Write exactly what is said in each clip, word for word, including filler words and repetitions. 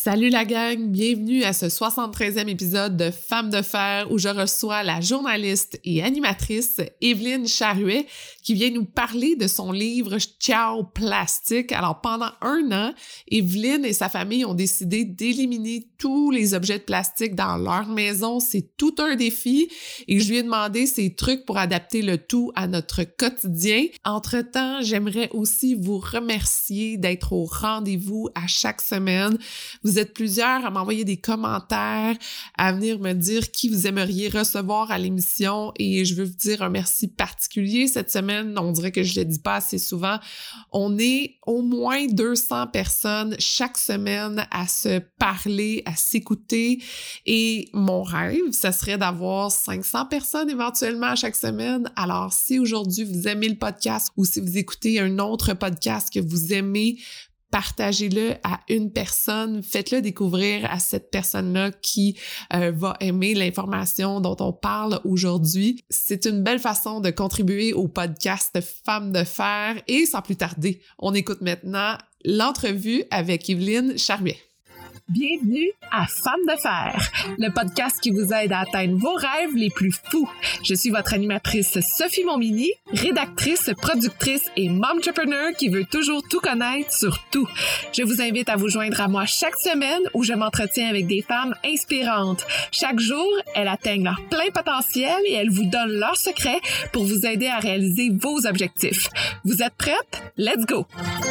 Salut la gang, bienvenue à ce soixante-treizième épisode de Femmes de fer où je reçois la journaliste et animatrice Evelyne Charuet qui vient nous parler de son livre Ciao Plastique. Alors pendant un an, Evelyne et sa famille ont décidé d'éliminer tous les objets de plastique dans leur maison. C'est tout un défi et je lui ai demandé ses trucs pour adapter le tout à notre quotidien. Entre-temps, j'aimerais aussi vous remercier d'être au rendez-vous à chaque semaine. Vous êtes plusieurs à m'envoyer des commentaires, à venir me dire qui vous aimeriez recevoir à l'émission et je veux vous dire un merci particulier cette semaine. On dirait que je le dis pas assez souvent. On est au moins deux cents personnes chaque semaine à se parler, à s'écouter et mon rêve, ça serait d'avoir cinq cents personnes éventuellement à chaque semaine. Alors, si aujourd'hui vous aimez le podcast ou si vous écoutez un autre podcast que vous aimez, partagez-le à une personne, faites-le découvrir à cette personne-là qui euh, va aimer l'information dont on parle aujourd'hui. C'est une belle façon de contribuer au podcast Femmes de fer et sans plus tarder, on écoute maintenant l'entrevue avec Evelyne Charuet. Bienvenue à Femmes de fer, le podcast qui vous aide à atteindre vos rêves les plus fous. Je suis votre animatrice Sophie Montminy, rédactrice, productrice et momtrepreneur qui veut toujours tout connaître sur tout. Je vous invite à vous joindre à moi chaque semaine où je m'entretiens avec des femmes inspirantes. Chaque jour, elles atteignent leur plein potentiel et elles vous donnent leurs secrets pour vous aider à réaliser vos objectifs. Vous êtes prêtes? Let's go!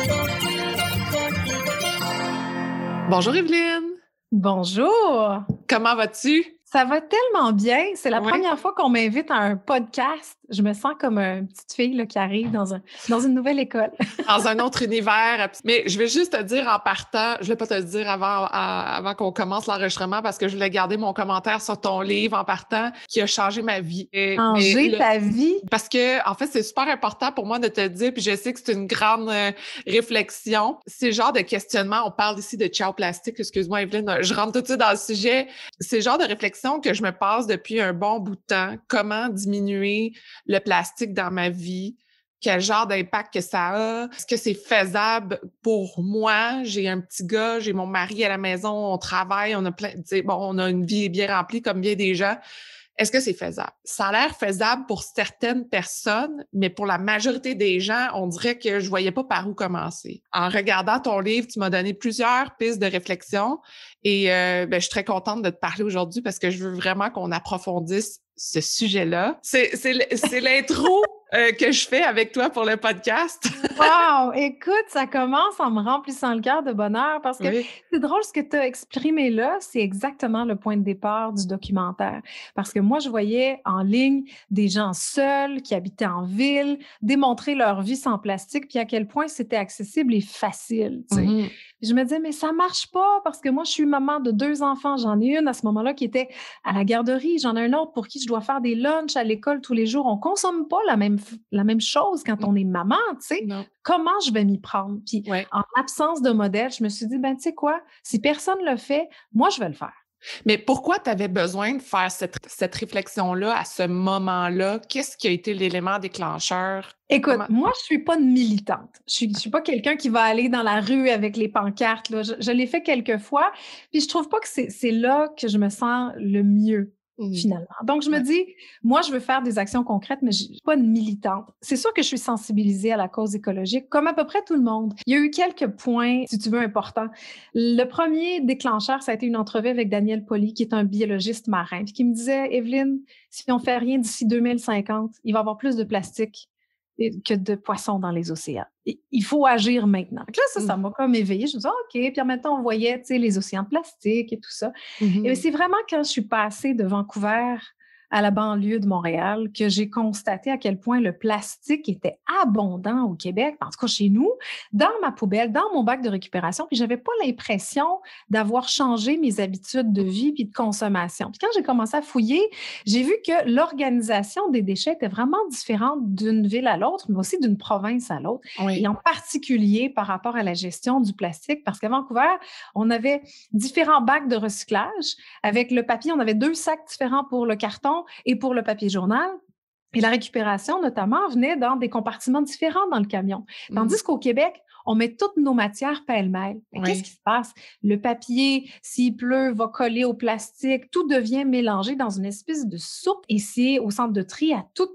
Bonjour Evelyne! Bonjour! Comment vas-tu? Ça va tellement bien. C'est la oui. première fois qu'on m'invite à un podcast. Je me sens comme une petite fille là, qui arrive dans, un, dans une nouvelle école. Dans un autre univers. Mais je vais juste te dire en partant, je ne vais pas te le dire avant, à, avant qu'on commence l'enregistrement parce que je voulais garder mon commentaire sur ton livre en partant qui a changé ma vie. Changer ta vie? Parce que, en fait, c'est super important pour moi de te dire, puis je sais que c'est une grande euh, réflexion. C'est le genre de questionnement, on parle ici de Ciao Plastique, excuse-moi Evelyne, je rentre tout de suite dans le sujet. C'est le genre de réflexion que je me passe depuis un bon bout de temps. Comment diminuer le plastique dans ma vie? Quel genre d'impact que ça a? Est-ce que c'est faisable pour moi? J'ai un petit gars, j'ai mon mari à la maison, on travaille, on a plein, tu sais, bon, on a une vie bien remplie comme bien des gens. Est-ce que c'est faisable? Ça a l'air faisable pour certaines personnes, mais pour la majorité des gens, on dirait que je voyais pas par où commencer. En regardant ton livre, tu m'as donné plusieurs pistes de réflexion et euh, ben, je suis très contente de te parler aujourd'hui parce que je veux vraiment qu'on approfondisse ce sujet-là. C'est, c'est, c'est l'intro euh, que je fais avec toi pour le podcast. Wow! Écoute, ça commence en me remplissant le cœur de bonheur parce que oui. C'est drôle ce que tu as exprimé là, c'est exactement le point de départ du documentaire. Parce que moi, je voyais en ligne des gens seuls qui habitaient en ville, démontrer leur vie sans plastique, puis à quel point c'était accessible et facile, tu sais. Mm-hmm. Je me disais, mais ça marche pas parce que moi, je suis maman de deux enfants. J'en ai une à ce moment-là qui était à la garderie. J'en ai un autre pour qui je dois faire des lunchs à l'école tous les jours. On consomme pas la même, la même chose quand on est maman, tu sais. Non. Comment je vais m'y prendre? Puis, ouais. En absence de modèle, je me suis dit, ben, tu sais quoi? Si personne le fait, moi, je vais le faire. Mais pourquoi tu avais besoin de faire cette, cette réflexion-là à ce moment-là? Qu'est-ce qui a été l'élément déclencheur? Écoute, Comment... moi, je suis pas une militante. Je suis, je suis pas quelqu'un qui va aller dans la rue avec les pancartes. Là. Je, je l'ai fait quelques fois, puis je trouve pas que c'est, c'est là que je me sens le mieux. Mmh. Finalement. Donc, je me dis, moi, je veux faire des actions concrètes, mais je ne suis pas une militante. C'est sûr que je suis sensibilisée à la cause écologique, comme à peu près tout le monde. Il y a eu quelques points, si tu veux, importants. Le premier déclencheur, ça a été une entrevue avec Daniel Pauly, qui est un biologiste marin, puis qui me disait, Evelyne, si on ne fait rien d'ici deux mille cinquante, il va y avoir plus de plastique que de poissons dans les océans. Il faut agir maintenant. Donc là, ça, ça m'a comme éveillée. Je me disais, OK. Puis en même temps, on voyait, tu sais, les océans de plastique et tout ça. Mm-hmm. Et c'est vraiment quand je suis passée de Vancouver à la banlieue de Montréal que j'ai constaté à quel point le plastique était abondant au Québec, en tout cas chez nous, dans ma poubelle, dans mon bac de récupération, puis j'avais pas l'impression d'avoir changé mes habitudes de vie puis de consommation. Puis quand j'ai commencé à fouiller, j'ai vu que l'organisation des déchets était vraiment différente d'une ville à l'autre, mais aussi d'une province à l'autre, oui. Et en particulier par rapport à la gestion du plastique, parce qu'à Vancouver, on avait différents bacs de recyclage. Avec le papier, on avait deux sacs différents pour le carton et pour le papier journal. Et la récupération, notamment, venait dans des compartiments différents dans le camion. Tandis mmh. qu'au Québec, on met toutes nos matières pêle-mêle. Mais Oui. qu'est-ce qui se passe? Le papier, s'il pleut, va coller au plastique. Tout devient mélangé dans une espèce de soupe. Et c'est au centre de tri à tout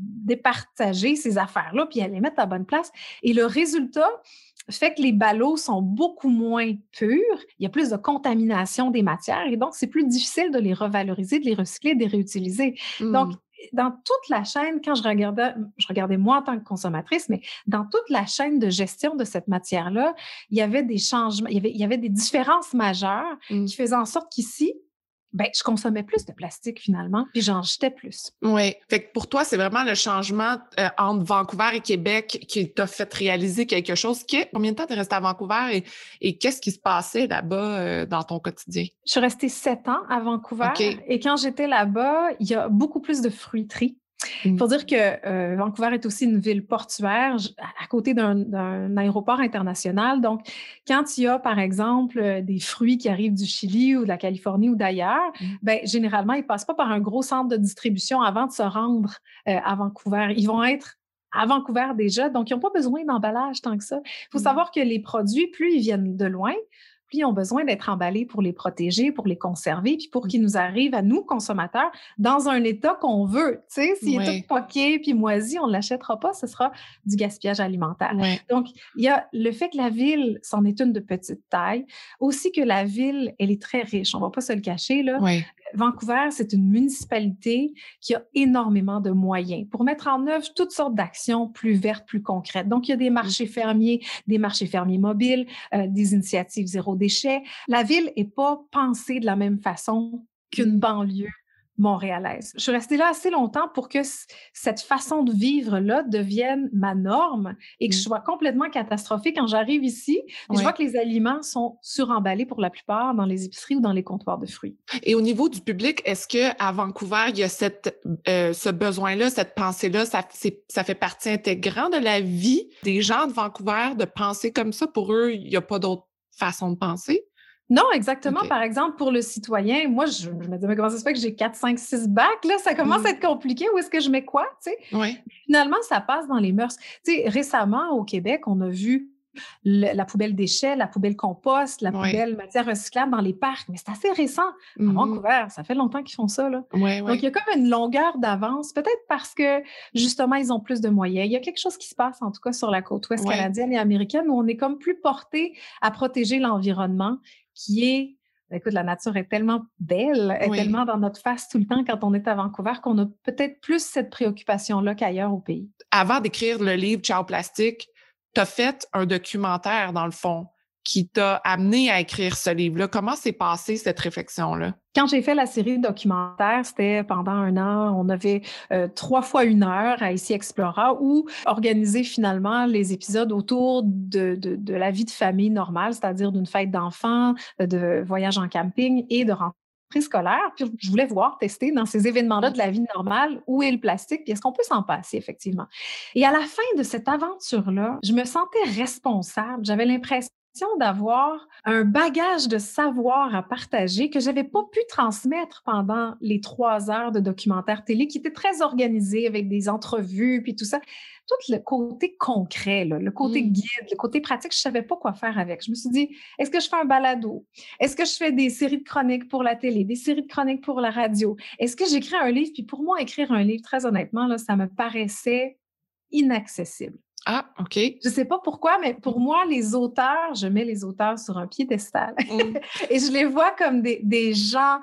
départager ces affaires-là puis à les mettre à la bonne place. Et le résultat fait que les ballots sont beaucoup moins purs, il y a plus de contamination des matières et donc c'est plus difficile de les revaloriser, de les recycler, de les réutiliser. Mm. Donc, dans toute la chaîne, quand je regardais, je regardais moi en tant que consommatrice, mais dans toute la chaîne de gestion de cette matière-là, il y avait des changements, il y avait, il y avait des différences majeures Mm. qui faisaient en sorte qu'ici, ben, je consommais plus de plastique finalement, puis j'en jetais plus. Oui. Fait que pour toi, c'est vraiment le changement euh, entre Vancouver et Québec qui t'a fait réaliser quelque chose. Qui, combien de temps t'es resté à Vancouver et, et qu'est-ce qui se passait là-bas euh, dans ton quotidien? Je suis restée sept ans à Vancouver Okay. et quand j'étais là-bas, il y a beaucoup plus de fruiteries. Il Mm. faut dire que euh, Vancouver est aussi une ville portuaire à côté d'un, d'un aéroport international. Donc, quand il y a, par exemple, des fruits qui arrivent du Chili ou de la Californie ou d'ailleurs, mm. ben, généralement, ils ne passent pas par un gros centre de distribution avant de se rendre euh, à Vancouver. Ils vont être à Vancouver déjà, donc ils n'ont pas besoin d'emballage tant que ça. Il faut mm. savoir que les produits, plus ils viennent de loin, plus ils ont besoin d'être emballés pour les protéger, pour les conserver, puis pour qu'ils nous arrivent à nous, consommateurs, dans un état qu'on veut. Tu sais, s'il ouais. est tout poqué puis moisi, on ne l'achètera pas, ce sera du gaspillage alimentaire. Ouais. Donc, il y a le fait que la ville, c'en est une de petite taille, aussi que la ville, elle est très riche, on ne va pas se le cacher, là. Ouais. Vancouver, c'est une municipalité qui a énormément de moyens pour mettre en œuvre toutes sortes d'actions plus vertes, plus concrètes. Donc, il y a des marchés fermiers, des marchés fermiers mobiles, euh, des initiatives zéro déchet. La ville n'est pas pensée de la même façon qu'une banlieue montréalaise. Je suis restée là assez longtemps pour que c- cette façon de vivre-là devienne ma norme et que je sois complètement catastrophée quand j'arrive ici. Ouais. Je vois que les aliments sont suremballés pour la plupart dans les épiceries ou dans les comptoirs de fruits. Et au niveau du public, est-ce qu'à Vancouver, il y a cette, euh, ce besoin-là, cette pensée-là, ça, c'est, ça fait partie intégrante de la vie des gens de Vancouver de penser comme ça? Pour eux, il n'y a pas d'autre façon de penser? Non, exactement. Okay. Par exemple, pour le citoyen, moi, je, je me disais, mais comment ça se fait que j'ai quatre, cinq, six bacs? Là, ça commence mmh. à être compliqué. Où est-ce que je mets quoi? Tu sais? Ouais. Finalement, ça passe dans les mœurs. Tu sais, récemment, au Québec, on a vu le, la poubelle déchets, la poubelle compost, la ouais. poubelle matière recyclable dans les parcs. Mais c'est assez récent. Mmh. À Vancouver, ça fait longtemps qu'ils font ça. Là. Ouais, ouais. Donc, il y a comme une longueur d'avance, peut-être parce que, justement, ils ont plus de moyens. Il y a quelque chose qui se passe, en tout cas, sur la côte ouest ouais. canadienne et américaine, où on est comme plus porté à protéger l'environnement, qui est, écoute, la nature est tellement belle, est oui. tellement dans notre face tout le temps quand on est à Vancouver qu'on a peut-être plus cette préoccupation-là qu'ailleurs au pays. Avant d'écrire le livre Ciao Plastique, tu as fait un documentaire, dans le fond, qui t'a amené à écrire ce livre-là. Comment s'est passée cette réflexion-là? Quand j'ai fait la série documentaire, c'était pendant un an, on avait euh, trois fois une heure à Ici Explora où organiser finalement les épisodes autour de, de, de la vie de famille normale, c'est-à-dire d'une fête d'enfants, de voyage en camping et de rentrée scolaire. Puis je voulais voir, tester dans ces événements-là de la vie normale où est le plastique, puis est-ce qu'on peut s'en passer effectivement. Et à la fin de cette aventure-là, je me sentais responsable. J'avais l'impression d'avoir un bagage de savoir à partager que j'avais pas pu transmettre pendant les trois heures de documentaire télé qui était très organisé avec des entrevues puis tout ça. Tout le côté concret, là, le côté mmh. guide, le côté pratique, je savais pas quoi faire avec. Je me suis dit, est-ce que je fais un balado? Est-ce que je fais des séries de chroniques pour la télé, des séries de chroniques pour la radio? Est-ce que j'écris un livre? Puis pour moi, écrire un livre, très honnêtement, là, ça me paraissait inaccessible. Ah, OK. Je sais pas pourquoi, mais pour moi, les auteurs, je mets les auteurs sur un piédestal mm. et je les vois comme des, des gens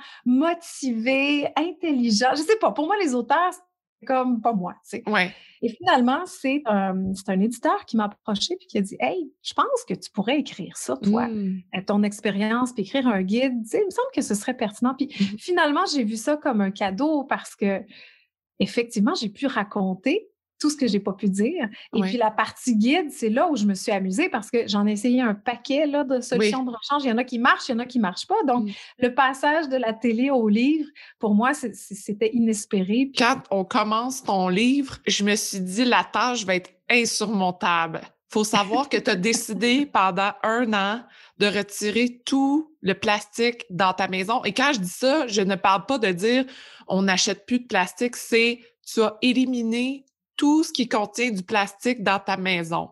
motivés, intelligents. Je sais pas, pour moi, les auteurs, c'est comme pas moi, tu sais. Ouais. Et finalement, c'est, euh, c'est un éditeur qui m'a approché puis qui a dit « Hey, je pense que tu pourrais écrire ça, toi, mm. ton expérience, puis écrire un guide. Tu sais, il me semble que ce serait pertinent. » Puis mm. finalement, j'ai vu ça comme un cadeau parce que effectivement, j'ai pu raconter tout ce que j'ai pas pu dire. Et oui. puis, la partie guide, c'est là où je me suis amusée parce que j'en ai essayé un paquet là, de solutions oui. de rechange. Il y en a qui marchent, il y en a qui marchent pas. Donc, mm. le passage de la télé au livre, pour moi, c'est, c'était inespéré. Quand on commence ton livre, je me suis dit, la tâche va être insurmontable. Faut savoir que tu as décidé pendant un an de retirer tout le plastique dans ta maison. Et quand je dis ça, je ne parle pas de dire on n'achète plus de plastique, c'est tu as éliminé tout ce qui contient du plastique dans ta maison.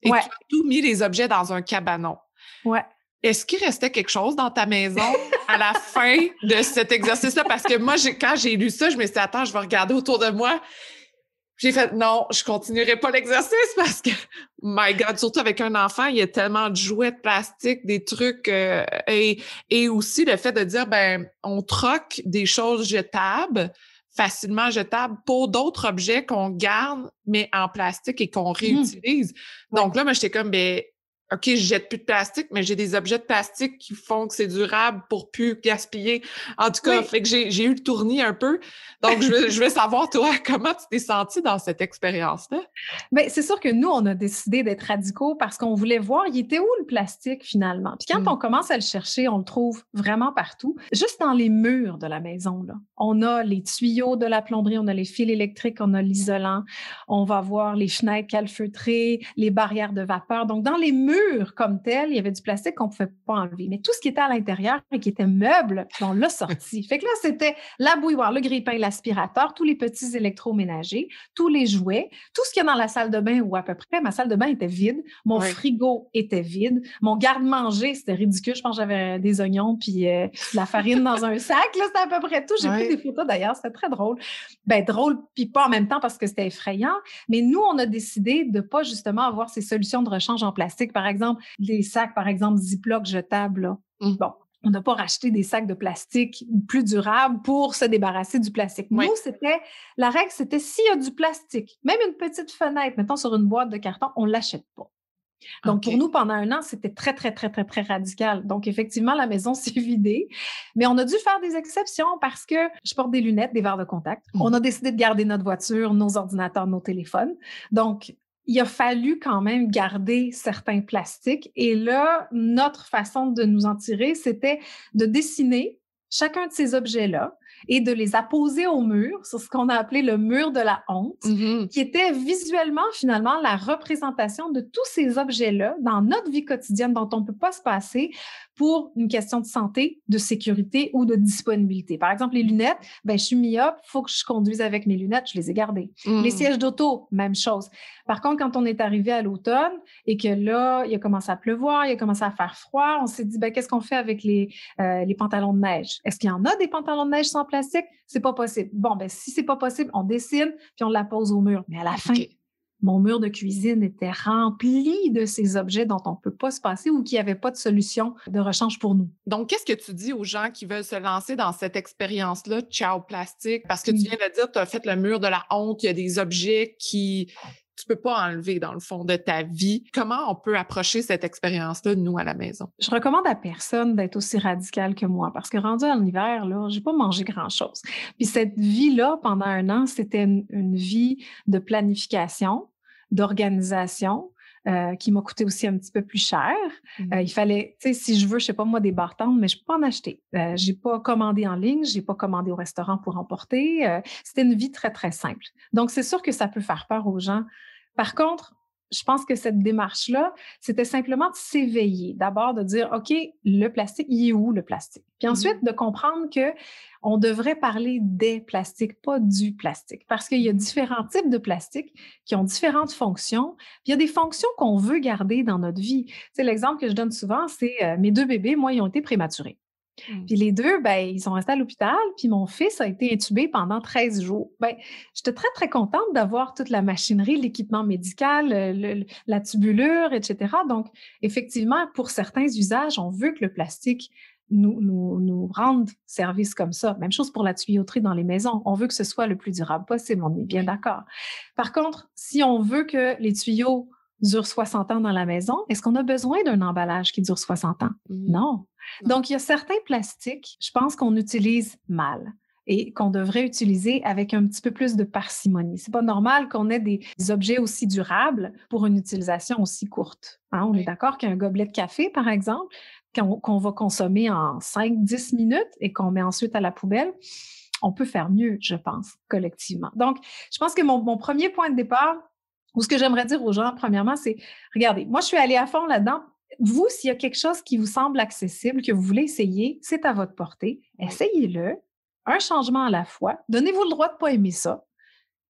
et Ouais. tu as tout mis les objets dans un cabanon. Ouais. Est-ce qu'il restait quelque chose dans ta maison à la fin de cet exercice-là? Parce que moi, j'ai, quand j'ai lu ça, je me suis dit, attends, je vais regarder autour de moi. J'ai fait, non, je continuerai pas l'exercice parce que, my God, surtout avec un enfant, il y a tellement de jouets de plastique, des trucs, euh, et, et aussi le fait de dire, ben, on troque des choses jetables, facilement jetables, pour d'autres objets qu'on garde, mais en plastique et qu'on réutilise. Mmh. Donc ouais. là, moi, j'étais comme, ben, OK, je jette plus de plastique, mais j'ai des objets de plastique qui font que c'est durable pour plus gaspiller. En tout cas, Oui. fait que j'ai, j'ai eu le tournis un peu. Donc, je veux, je veux savoir, toi, comment tu t'es sentie dans cette expérience-là? Bien, c'est sûr que nous, on a décidé d'être radicaux parce qu'on voulait voir, il était où le plastique finalement? Puis quand Mm. on commence à le chercher, on le trouve vraiment partout. Juste dans les murs de la maison, là. On a les tuyaux de la plomberie, on a les fils électriques, on a l'isolant, on va voir les fenêtres calfeutrées, les barrières de vapeur. Donc, dans les murs comme tels, il y avait du plastique qu'on ne pouvait pas enlever. Mais tout ce qui était à l'intérieur et qui était meuble, on l'a sorti. Fait que là, c'était la bouilloire, le grille-pain, l'aspirateur, tous les petits électroménagers, tous les jouets, tout ce qu'il y a dans la salle de bain ou à peu près. Ma salle de bain était vide. Mon Oui. frigo était vide. Mon garde-manger, c'était ridicule. Je pense que j'avais des oignons puis euh, de la farine dans un sac. Là, c'était à peu près tout. J'ai Oui. pris des photos d'ailleurs. C'était très drôle. Ben drôle puis pas en même temps parce que c'était effrayant. Mais nous, on a décidé de pas justement avoir ces solutions de rechange en plastique. Par exemple, les sacs, par exemple, Ziploc jetables. Là. Mm. Bon, on n'a pas racheté des sacs de plastique plus durables pour se débarrasser du plastique. Oui. Nous, c'était, la règle, c'était s'il y a du plastique, même une petite fenêtre, mettons sur une boîte de carton, on ne l'achète pas. Donc, Okay. pour nous, pendant un an, c'était très, très, très, très, très radical. Donc, effectivement, la maison s'est vidée, mais on a dû faire des exceptions parce que je porte des lunettes, des verres de contact. Mm. On a décidé de garder notre voiture, nos ordinateurs, nos téléphones. Donc, il a fallu quand même garder certains plastiques. Et là, notre façon de nous en tirer, c'était de dessiner chacun de ces objets-là et de les apposer au mur, sur ce qu'on a appelé le mur de la honte, mm-hmm. qui était visuellement, finalement, la représentation de tous ces objets-là dans notre vie quotidienne dont on ne peut pas se passer pour une question de santé, de sécurité ou de disponibilité. Par exemple, les lunettes, ben, je suis myope, il faut que je conduise avec mes lunettes, je les ai gardées. Mm. Les sièges d'auto, même chose. Par contre, quand on est arrivé à l'automne et que là, il a commencé à pleuvoir, il a commencé à faire froid, on s'est dit, ben, qu'est-ce qu'on fait avec les, euh, les pantalons de neige? Est-ce qu'il y en a des pantalons de neige sans plastique? C'est pas possible. Bon, ben, si c'est pas possible, on dessine puis on la pose au mur. Mais à la okay. fin, mon mur de cuisine était rempli de ces objets dont on ne peut pas se passer ou qui n'avaient pas de solution de rechange pour nous. Donc, qu'est-ce que tu dis aux gens qui veulent se lancer dans cette expérience-là, Ciao Plastique? Parce que tu viens de dire, tu as fait le mur de la honte, il y a des objets qui tu peux pas enlever dans le fond de ta vie. Comment on peut approcher cette expérience-là, nous, à la maison? Je recommande à personne d'être aussi radical que moi parce que rendu en hiver, là, j'ai pas mangé grand-chose. Puis cette vie-là, pendant un an, c'était une, une vie de planification, d'organisation, Euh, qui m'a coûté aussi un petit peu plus cher. Mm-hmm. Euh, il fallait, tu sais, si je veux, je sais pas moi, des bartendes, mais je peux pas en acheter. Euh, j'ai pas commandé en ligne, j'ai pas commandé au restaurant pour emporter. Euh, c'était une vie très, très simple. Donc, c'est sûr que ça peut faire peur aux gens. Par contre, je pense que cette démarche-là, c'était simplement de s'éveiller. D'abord, de dire, OK, le plastique, il est où le plastique? Puis ensuite, mm-hmm. de comprendre que on devrait parler des plastiques, pas du plastique, parce qu'il y a différents types de plastiques qui ont différentes fonctions. Puis il y a des fonctions qu'on veut garder dans notre vie. Tu sais, l'exemple que je donne souvent, c'est euh, mes deux bébés, moi, ils ont été prématurés. Mm. Puis les deux, ben, ils sont restés à l'hôpital, puis mon fils a été intubé pendant treize jours. Ben, j'étais très, très contente d'avoir toute la machinerie, l'équipement médical, le, la tubulure, et cetera. Donc, effectivement, pour certains usages, on veut que le plastique Nous, nous, nous rendre service comme ça. Même chose pour la tuyauterie dans les maisons. On veut que ce soit le plus durable possible, on est bien d'accord. Par contre, si on veut que les tuyaux durent soixante ans dans la maison, est-ce qu'on a besoin d'un emballage qui dure soixante ans? Mmh. Non. non. Donc, il y a certains plastiques, je pense qu'on utilise mal et qu'on devrait utiliser avec un petit peu plus de parcimonie. C'est pas normal qu'on ait des, des objets aussi durables pour une utilisation aussi courte. Hein? On oui. est d'accord qu'un gobelet de café, par exemple, qu'on, qu'on va consommer en cinq à dix minutes et qu'on met ensuite à la poubelle, on peut faire mieux, je pense, collectivement. Donc, je pense que mon, mon premier point de départ, ou ce que j'aimerais dire aux gens, premièrement, c'est, regardez, moi, je suis allée à fond là-dedans. Vous, s'il y a quelque chose qui vous semble accessible, que vous voulez essayer, c'est à votre portée. Essayez-le. Un changement à la fois. Donnez-vous le droit de ne pas aimer ça.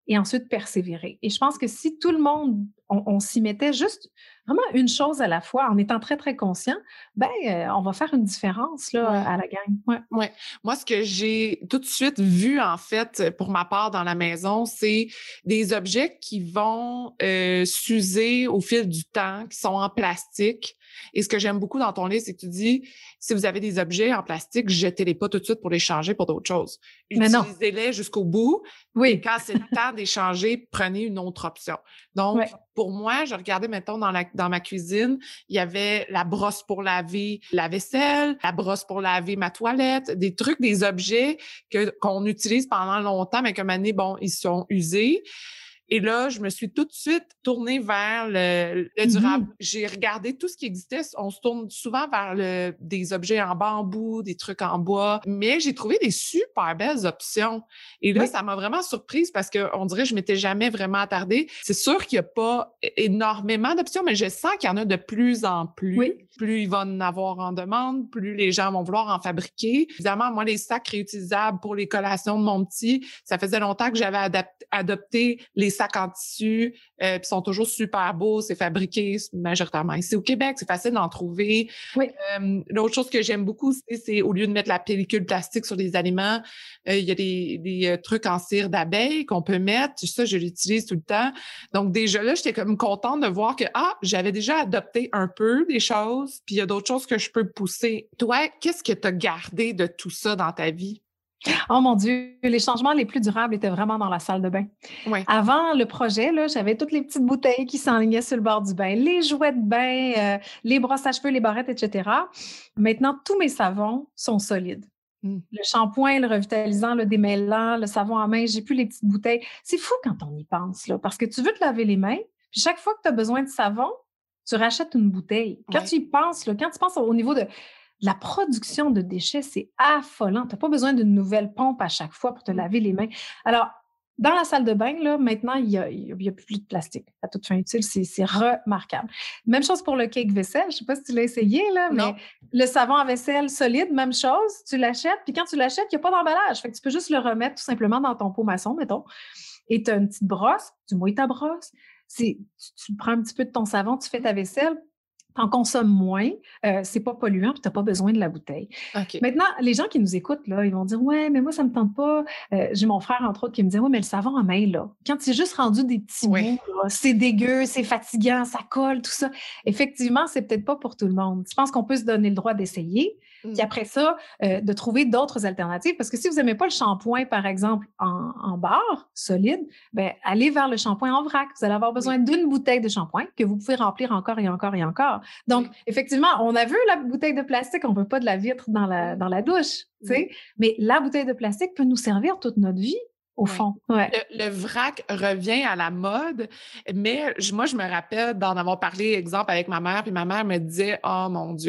et ensuite persévérer. Et je pense que si tout le monde, on, on s'y mettait juste vraiment une chose à la fois, en étant très, très conscient, ben euh, on va faire une différence là, Ouais. à la gang. Ouais. Ouais. Moi, ce que j'ai tout de suite vu, en fait, pour ma part dans la maison, c'est des objets qui vont euh, s'user au fil du temps, qui sont en plastique. Et ce que j'aime beaucoup dans ton livre, c'est que tu dis, si vous avez des objets en plastique, jetez-les pas tout de suite pour les changer pour d'autres choses. Mais non. Utilisez-les jusqu'au bout. Oui. Et quand c'est le temps d'échanger, prenez une autre option. Donc, Ouais. pour moi, je regardais, mettons, dans, la, dans ma cuisine, il y avait la brosse pour laver la vaisselle, la brosse pour laver ma toilette, des trucs, des objets que, qu'on utilise pendant longtemps, mais qu'à un moment donné, bon, ils sont usés. Et là, je me suis tout de suite tournée vers le, le durable. Mm-hmm. J'ai regardé tout ce qui existait. On se tourne souvent vers le, des objets en bambou, des trucs en bois, mais j'ai trouvé des super belles options. Et là, oui. ça m'a vraiment surprise parce que on dirait que je m'étais jamais vraiment attardée. C'est sûr qu'il n'y a pas énormément d'options, mais je sens qu'il y en a de plus en plus. Oui. Plus il va en avoir en demande, plus les gens vont vouloir en fabriquer. Évidemment, moi, les sacs réutilisables pour les collations de mon petit, ça faisait longtemps que j'avais adap- adopté les sacs en tissu, euh, puis sont toujours super beaux, c'est fabriqué majoritairement ici au Québec, c'est facile d'en trouver. Oui. Euh, l'autre chose que j'aime beaucoup, c'est, c'est au lieu de mettre la pellicule plastique sur les aliments, euh, il y a des, des euh, trucs en cire d'abeille qu'on peut mettre. Ça, je l'utilise tout le temps. Donc déjà là, j'étais comme contente de voir que ah, j'avais déjà adopté un peu des choses, puis il y a d'autres choses que je peux pousser. Toi, qu'est-ce que tu as gardé de tout ça dans ta vie? Oh mon Dieu, les changements les plus durables étaient vraiment dans la salle de bain. Ouais. Avant le projet, là, j'avais toutes les petites bouteilles qui s'enlignaient sur le bord du bain, les jouets de bain, euh, les brosses à cheveux, les barrettes, et cetera. Maintenant, tous mes savons sont solides. Mm. Le shampoing, le revitalisant, le démêlant, le savon à main, j'ai plus les petites bouteilles. C'est fou quand on y pense, là, parce que tu veux te laver les mains, puis chaque fois que tu as besoin de savon, tu rachètes une bouteille. Quand ouais. tu y penses, là, quand tu penses au niveau de la production de déchets, c'est affolant. Tu n'as pas besoin d'une nouvelle pompe à chaque fois pour te laver les mains. Alors, dans la salle de bain, là, maintenant, il n'y a, a plus de plastique à toute fin utile. C'est, c'est remarquable. Même chose pour le cake vaisselle. Je ne sais pas si tu l'as essayé, là, mais non. Le savon à vaisselle solide, même chose. Tu l'achètes, puis quand tu l'achètes, il n'y a pas d'emballage. Fait que tu peux juste le remettre tout simplement dans ton pot maçon, mettons. Et tu as une petite brosse, tu mouilles ta brosse. C'est, tu, tu prends un petit peu de ton savon, tu fais ta vaisselle. T'en consommes moins, euh, c'est pas polluant, puis t'as pas besoin de la bouteille. Okay. Maintenant, les gens qui nous écoutent, là, ils vont dire « Ouais, mais moi, ça me tente pas. Euh, » J'ai mon frère, entre autres, qui me dit « Ouais, mais le savon à main, là, quand c'est juste rendu des petits oui. bouts, là, c'est dégueu, c'est fatigant, ça colle, tout ça. » Effectivement, c'est peut-être pas pour tout le monde. Je pense qu'on peut se donner le droit d'essayer, mm. puis après ça, euh, de trouver d'autres alternatives. Parce que si vous n'aimez pas le shampoing, par exemple, en, en barre, solide, ben allez vers le shampoing en vrac. Vous allez avoir besoin oui. d'une bouteille de shampoing que vous pouvez remplir encore et encore et encore. Donc, oui. effectivement, on a vu la bouteille de plastique, on ne veut pas de la vitre dans la, dans la douche, tu sais, oui. mais la bouteille de plastique peut nous servir toute notre vie, au oui. fond. Ouais. Le, le vrac revient à la mode, mais je, moi, je me rappelle d'en avoir parlé, exemple, avec ma mère, puis ma mère me disait « Oh mon Dieu! »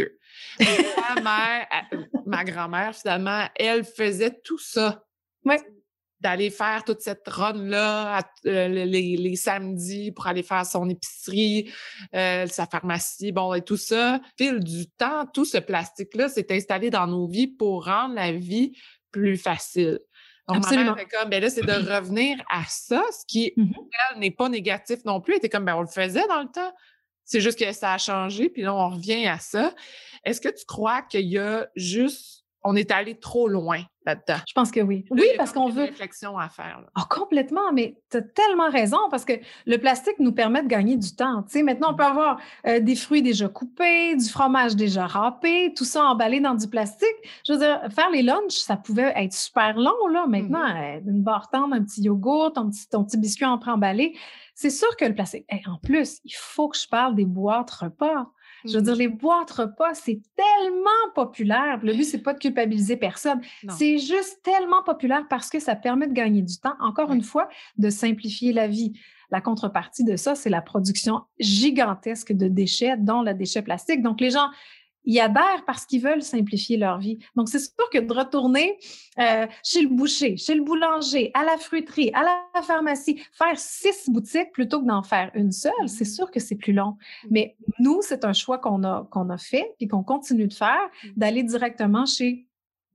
Ma mère, ma grand-mère, finalement, elle faisait tout ça. Oui. D'aller faire toute cette run-là euh, les, les samedis pour aller faire son épicerie, euh, sa pharmacie, bon, et tout ça. Au fil du temps, tout ce plastique-là s'est installé dans nos vies pour rendre la vie plus facile. Donc, absolument. ma mère était comme, ben là, c'est de revenir à ça, ce qui, mm-hmm. elle, n'est pas négatif non plus. Elle était comme, ben on le faisait dans le temps. C'est juste que ça a changé, puis là, on revient à ça. Est-ce que tu crois qu'il y a juste... On est allé trop loin là-dedans? Je pense que oui. Là, oui, parce qu'on veut... une réflexion à faire. Oh, complètement, mais tu as tellement raison, parce que le plastique nous permet de gagner du temps. Tu sais, maintenant, on peut avoir euh, des fruits déjà coupés, du fromage déjà râpé, tout ça emballé dans du plastique. Je veux dire, faire les lunchs, ça pouvait être super long, là. Maintenant, mm-hmm. euh, une barre tendre, un petit yogourt, ton petit, ton petit biscuit en pré-emballé. C'est sûr que le plastique... Hey, en plus, il faut que je parle des boîtes repas. Je veux dire, les boîtes repas, c'est tellement populaire. Le but, c'est pas de culpabiliser personne. Non. C'est juste tellement populaire parce que ça permet de gagner du temps. Encore oui. une fois, de simplifier la vie. La contrepartie de ça, c'est la production gigantesque de déchets, dont le déchet plastique. Donc, les gens... ils adhèrent parce qu'ils veulent simplifier leur vie. Donc, c'est sûr que de retourner euh, chez le boucher, chez le boulanger, à la fruiterie, à la pharmacie, faire six boutiques plutôt que d'en faire une seule, c'est sûr que c'est plus long. Mais nous, c'est un choix qu'on a, qu'on a fait et qu'on continue de faire, d'aller directement chez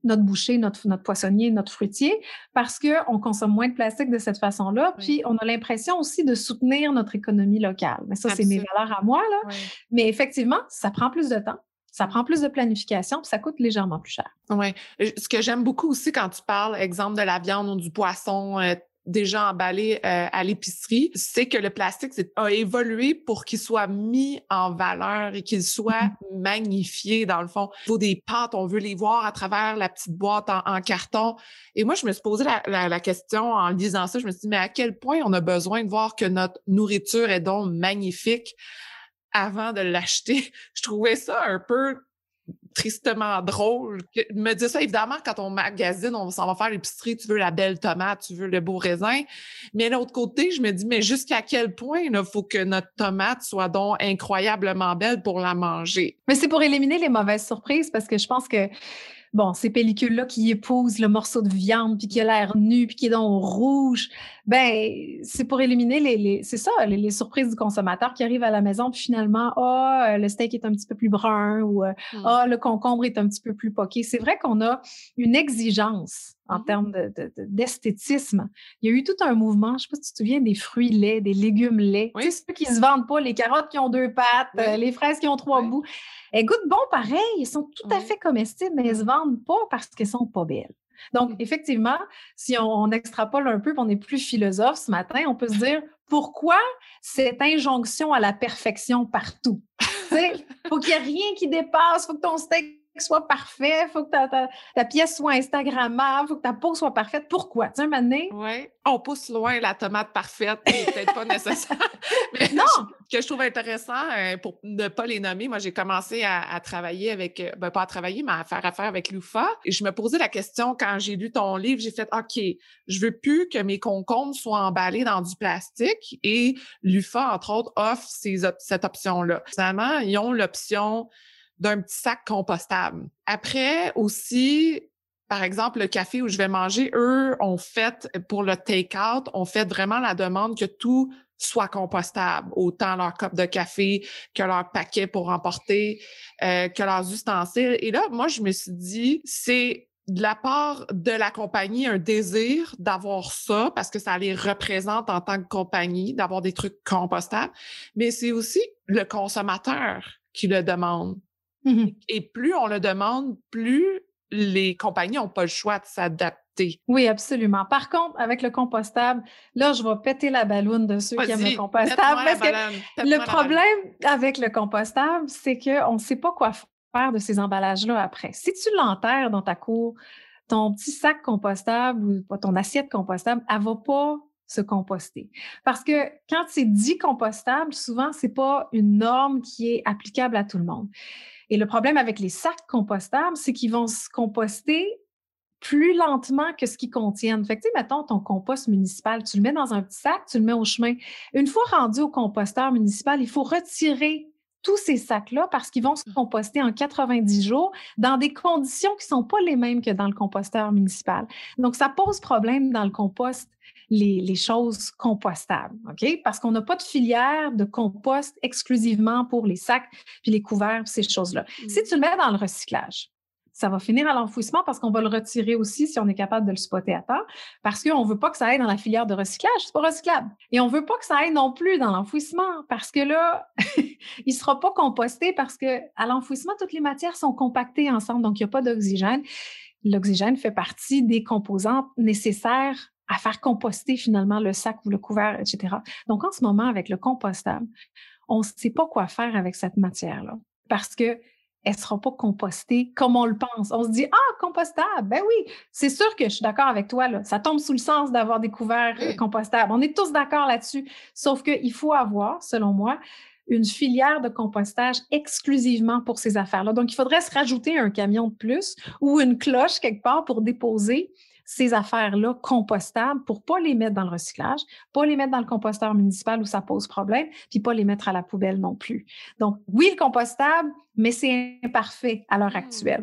notre boucher, notre, notre poissonnier, notre fruitier, parce qu'on consomme moins de plastique de cette façon-là. Oui. Puis, on a l'impression aussi de soutenir notre économie locale. Mais ça, Absolument. C'est mes valeurs à moi, là. Oui. Mais effectivement, ça prend plus de temps. Ça prend plus de planification, puis ça coûte légèrement plus cher. Oui. Ce que j'aime beaucoup aussi quand tu parles, exemple, de la viande ou du poisson euh, déjà emballé euh, à l'épicerie, c'est que le plastique c'est, a évolué pour qu'il soit mis en valeur et qu'il soit mm-hmm. magnifié, dans le fond. Au niveau des pâtes, on veut les voir à travers la petite boîte en, en carton. Et moi, je me suis posé la, la, la question en lisant ça. Je me suis dit, mais à quel point on a besoin de voir que notre nourriture est donc magnifique avant de l'acheter? Je trouvais ça un peu tristement drôle. Je me dis ça, évidemment, quand on magasine, on s'en va faire l'épicerie, tu veux la belle tomate, tu veux le beau raisin. Mais de l'autre côté, je me dis, mais jusqu'à quel point il faut que notre tomate soit donc incroyablement belle pour la manger? Mais c'est pour éliminer les mauvaises surprises, parce que je pense que bon, ces pellicules-là qui épousent le morceau de viande, puis qui a l'air nu, puis qui est donc rouge, ben c'est pour éliminer les, les c'est ça, les, les surprises du consommateur qui arrive à la maison, puis finalement, ah, oh, le steak est un petit peu plus brun, ou ah, mm. oh, le concombre est un petit peu plus poqué. C'est vrai qu'on a une exigence en mm. termes de, de, de, d'esthétisme. Il y a eu tout un mouvement, je ne sais pas si tu te souviens, des fruits laits, des légumes laits. Oui. Tu sais, ceux qui se vendent pas, les carottes qui ont deux pattes, oui. euh, les fraises qui ont trois oui. bouts. Elles goûtent bon pareil, elles sont tout oui. à fait comestibles, mais elles se vendent pas parce qu'elles sont pas belles. Donc, mmh. effectivement, si on, on extrapole un peu, on est plus philosophe ce matin, on peut se dire, pourquoi cette injonction à la perfection partout? Tu sais, faut qu'il n'y ait rien qui dépasse, faut que ton steak soit parfait, faut que ta, ta, ta pièce soit instagrammable, faut que ta peau soit parfaite. Pourquoi? Tu sais, un moment donné... Oui, on pousse loin la tomate parfaite, c'est peut-être pas nécessaire. Mais non! Ce que je trouve intéressant, euh, pour ne pas les nommer, moi, j'ai commencé à, à travailler avec, ben pas à travailler, mais à faire affaire avec l'U F A. Et je me posais la question, quand j'ai lu ton livre, j'ai fait, OK, je veux plus que mes concombres soient emballés dans du plastique. Et l'U F A, entre autres, offre ces op- cette option-là. Finalement, ils ont l'option d'un petit sac compostable. Après, aussi, par exemple, le café où je vais manger, eux, ont fait, pour le take-out, ont fait vraiment la demande que tout soit compostable, autant leur cup de café que leur paquet pour emporter, euh, que leurs ustensiles. Et là, moi, je me suis dit, c'est de la part de la compagnie un désir d'avoir ça parce que ça les représente en tant que compagnie, d'avoir des trucs compostables, mais c'est aussi le consommateur qui le demande. Mm-hmm. Et plus on le demande, plus les compagnies n'ont pas le choix de s'adapter. Oui, absolument. Par contre, avec le compostable, là, je vais péter la balloune de ceux Vas-y, qui aiment le compostable. Parce que le problème avec le compostable, c'est qu'on ne sait pas quoi faire de ces emballages-là après. Si tu l'enterres dans ta cour, ton petit sac compostable ou ton assiette compostable, elle ne va pas se composter. Parce que quand c'est dit compostable, souvent, ce n'est pas une norme qui est applicable à tout le monde. Et le problème avec les sacs compostables, c'est qu'ils vont se composter plus lentement que ce qu'ils contiennent. Fait que, tu sais, mettons ton compost municipal, tu le mets dans un petit sac, tu le mets au chemin. Une fois rendu au composteur municipal, il faut retirer tous ces sacs-là parce qu'ils vont se composter en quatre-vingt-dix jours dans des conditions qui ne sont pas les mêmes que dans le composteur municipal. Donc, ça pose problème dans le compost, les, les choses compostables, OK? Parce qu'on n'a pas de filière de compost exclusivement pour les sacs puis les couverts, ces choses-là. Mmh. Si tu le mets dans le recyclage, ça va finir à l'enfouissement parce qu'on va le retirer aussi si on est capable de le spotter à temps, parce qu'on ne veut pas que ça aille dans la filière de recyclage, c'est pas recyclable. Et on ne veut pas que ça aille non plus dans l'enfouissement parce que là, il ne sera pas composté parce qu'à l'enfouissement, toutes les matières sont compactées ensemble, donc il n'y a pas d'oxygène. L'oxygène fait partie des composantes nécessaires à faire composter finalement le sac ou le couvert, et cetera. Donc en ce moment, avec le compostable, on ne sait pas quoi faire avec cette matière-là parce que elle ne sera pas compostée comme on le pense. On se dit, ah, compostable, ben oui, c'est sûr que je suis d'accord avec toi, là. Ça tombe sous le sens d'avoir des couverts oui. compostables. On est tous d'accord là-dessus. Sauf qu'il faut avoir, selon moi, une filière de compostage exclusivement pour ces affaires-là. Donc, il faudrait se rajouter un camion de plus ou une cloche quelque part pour déposer ces affaires-là compostables pour ne pas les mettre dans le recyclage, pas les mettre dans le composteur municipal où ça pose problème, puis pas les mettre à la poubelle non plus. Donc, oui, le compostable, mais c'est imparfait à l'heure actuelle.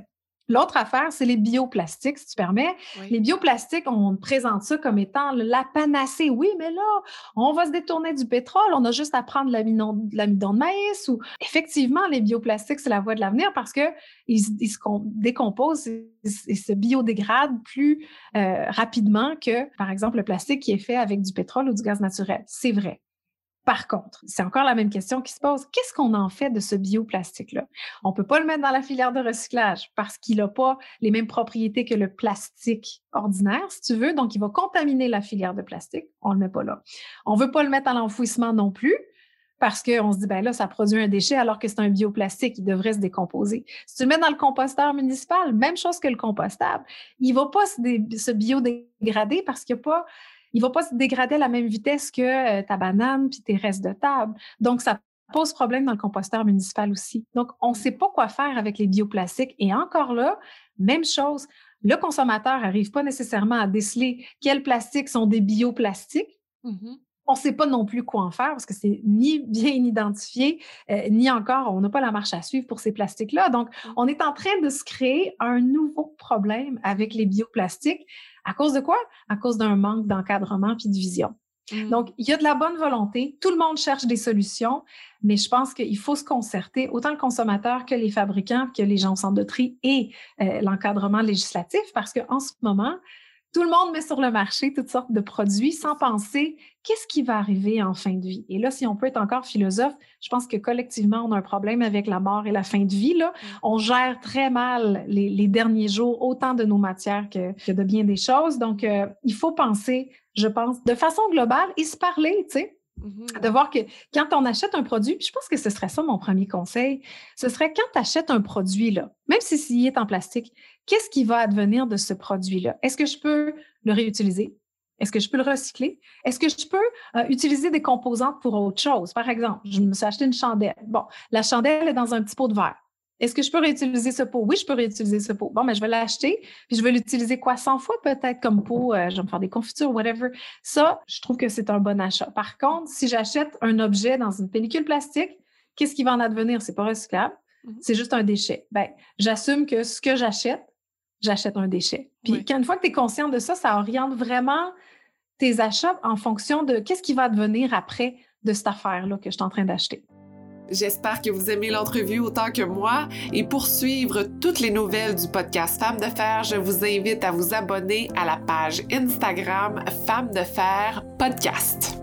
L'autre affaire, c'est les bioplastiques, si tu permets. Oui. Les bioplastiques, on présente ça comme étant la panacée. Oui, mais là, on va se détourner du pétrole, on a juste à prendre l'amidon, l'amidon de maïs. Ou... Effectivement, les bioplastiques, c'est la voie de l'avenir parce qu'ils ils se décomposent et, et se biodégradent plus euh, rapidement que, par exemple, le plastique qui est fait avec du pétrole ou du gaz naturel. C'est vrai. Par contre, c'est encore la même question qui se pose. Qu'est-ce qu'on en fait de ce bioplastique-là? On ne peut pas le mettre dans la filière de recyclage parce qu'il n'a pas les mêmes propriétés que le plastique ordinaire, si tu veux. Donc, il va contaminer la filière de plastique. On ne le met pas là. On ne veut pas le mettre à l'enfouissement non plus parce qu'on se dit, ben là, ça produit un déchet alors que c'est un bioplastique, il devrait se décomposer. Si tu le mets dans le composteur municipal, même chose que le compostable, il ne va pas se, dé- se biodégrader parce qu'il n'y a pas... Il ne va pas se dégrader à la même vitesse que euh, ta banane puis tes restes de table. Donc, ça pose problème dans le composteur municipal aussi. Donc, on ne sait pas quoi faire avec les bioplastiques. Et encore là, même chose, le consommateur n'arrive pas nécessairement à déceler quels plastiques sont des bioplastiques. Mm-hmm. On ne sait pas non plus quoi en faire parce que c'est ni bien identifié, euh, ni encore, on n'a pas la marche à suivre pour ces plastiques-là. Donc, on est en train de se créer un nouveau problème avec les bioplastiques. À cause de quoi? À cause d'un manque d'encadrement puis de vision. Mmh. Donc, il y a de la bonne volonté. Tout le monde cherche des solutions, mais je pense qu'il faut se concerter, autant le consommateur que les fabricants, que les gens au centre de tri et euh, l'encadrement législatif, parce qu'en ce moment, tout le monde met sur le marché toutes sortes de produits sans penser qu'est-ce qui va arriver en fin de vie. Et là, si on peut être encore philosophe, je pense que collectivement, on a un problème avec la mort et la fin de vie. Là. On gère très mal les, les derniers jours, autant de nos matières que, que de bien des choses. Donc, euh, il faut penser, je pense, de façon globale et se parler, tu sais. Mm-hmm. De voir que quand on achète un produit, puis je pense que ce serait ça mon premier conseil, ce serait quand tu achètes un produit, là, même si s'il est en plastique, qu'est-ce qui va advenir de ce produit-là? Est-ce que je peux le réutiliser? Est-ce que je peux le recycler? Est-ce que je peux euh, utiliser des composantes pour autre chose? Par exemple, je me suis acheté une chandelle. Bon, la chandelle est dans un petit pot de verre. Est-ce que je peux réutiliser ce pot? Oui, je peux réutiliser ce pot. Bon, mais je vais l'acheter, puis je vais l'utiliser quoi? cent fois peut-être comme pot, euh, je vais me faire des confitures, whatever. Ça, je trouve que c'est un bon achat. Par contre, si j'achète un objet dans une pellicule plastique, qu'est-ce qui va en advenir? C'est pas recyclable, mm-hmm. c'est juste un déchet. Bien, j'assume que ce que j'achète, j'achète un déchet. Puis oui. Quand une fois que tu es conscient de ça, ça oriente vraiment tes achats en fonction de qu'est-ce qui va advenir après de cette affaire-là que je suis en train d'acheter. J'espère que vous aimez l'entrevue autant que moi et pour suivre toutes les nouvelles du podcast Femmes de Fer, je vous invite à vous abonner à la page Instagram Femmes de Fer Podcast.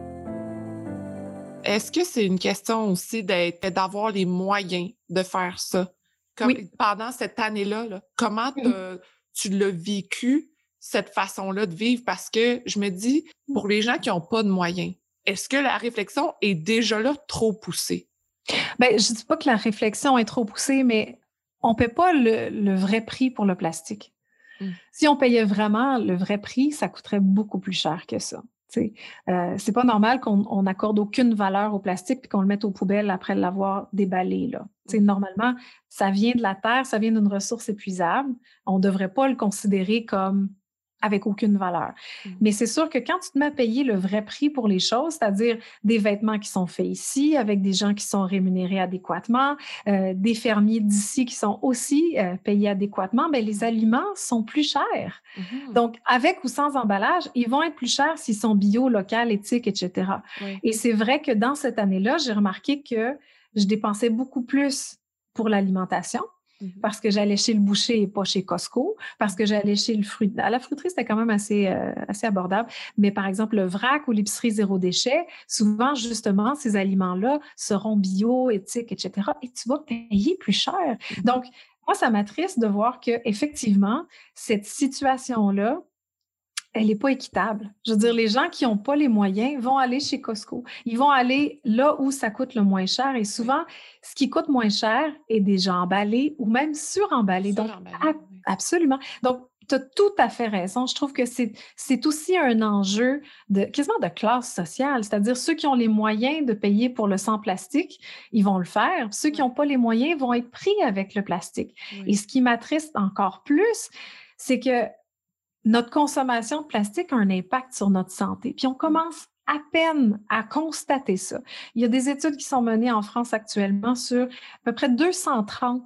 Est-ce que c'est une question aussi d'être, d'avoir les moyens de faire ça? Comme, oui. Pendant cette année-là, là, comment oui. tu l'as vécu, cette façon-là de vivre? Parce que je me dis, pour les gens qui n'ont pas de moyens, est-ce que la réflexion est déjà là trop poussée? Bien, je ne dis pas que la réflexion est trop poussée, mais on ne paie pas le, le vrai prix pour le plastique. Mm. Si on payait vraiment le vrai prix, ça coûterait beaucoup plus cher que ça. Euh, c'est pas normal qu'on n'accorde aucune valeur au plastique et qu'on le mette aux poubelles après l'avoir déballé. Là. Mm. Normalement, ça vient de la terre, ça vient d'une ressource épuisable. On ne devrait pas le considérer comme avec aucune valeur. Mmh. Mais c'est sûr que quand tu te mets à payer le vrai prix pour les choses, c'est-à-dire des vêtements qui sont faits ici, avec des gens qui sont rémunérés adéquatement, euh, des fermiers d'ici qui sont aussi euh, payés adéquatement, bien, les aliments sont plus chers. Mmh. Donc, avec ou sans emballage, ils vont être plus chers s'ils sont bio, local, éthique, et cetera. Oui. Et c'est vrai que dans cette année-là, j'ai remarqué que je dépensais beaucoup plus pour l'alimentation, parce que j'allais chez le boucher et pas chez Costco, parce que j'allais chez le fruit. À la fruiterie, c'était quand même assez, euh, assez abordable. Mais par exemple, le vrac ou l'épicerie zéro déchet, souvent, justement, ces aliments-là seront bio, éthiques, et cetera. Et tu vas payer plus cher. Donc, moi, ça m'attriste de voir qu'effectivement, cette situation-là, elle n'est pas équitable. Je veux dire, les gens qui n'ont pas les moyens vont aller chez Costco. Ils vont aller là où ça coûte le moins cher. Et souvent, ce qui coûte moins cher est déjà emballé ou même suremballé. Donc, a- absolument. Donc, tu as tout à fait raison. Je trouve que c'est, c'est aussi un enjeu de, quasiment de classe sociale. C'est-à-dire, ceux qui ont les moyens de payer pour le sans plastique, ils vont le faire. Ceux qui n'ont pas les moyens vont être pris avec le plastique. Oui. Et ce qui m'attriste encore plus, c'est que notre consommation de plastique a un impact sur notre santé. Puis on commence à peine à constater ça. Il y a des études qui sont menées en France actuellement sur à peu près deux cent trente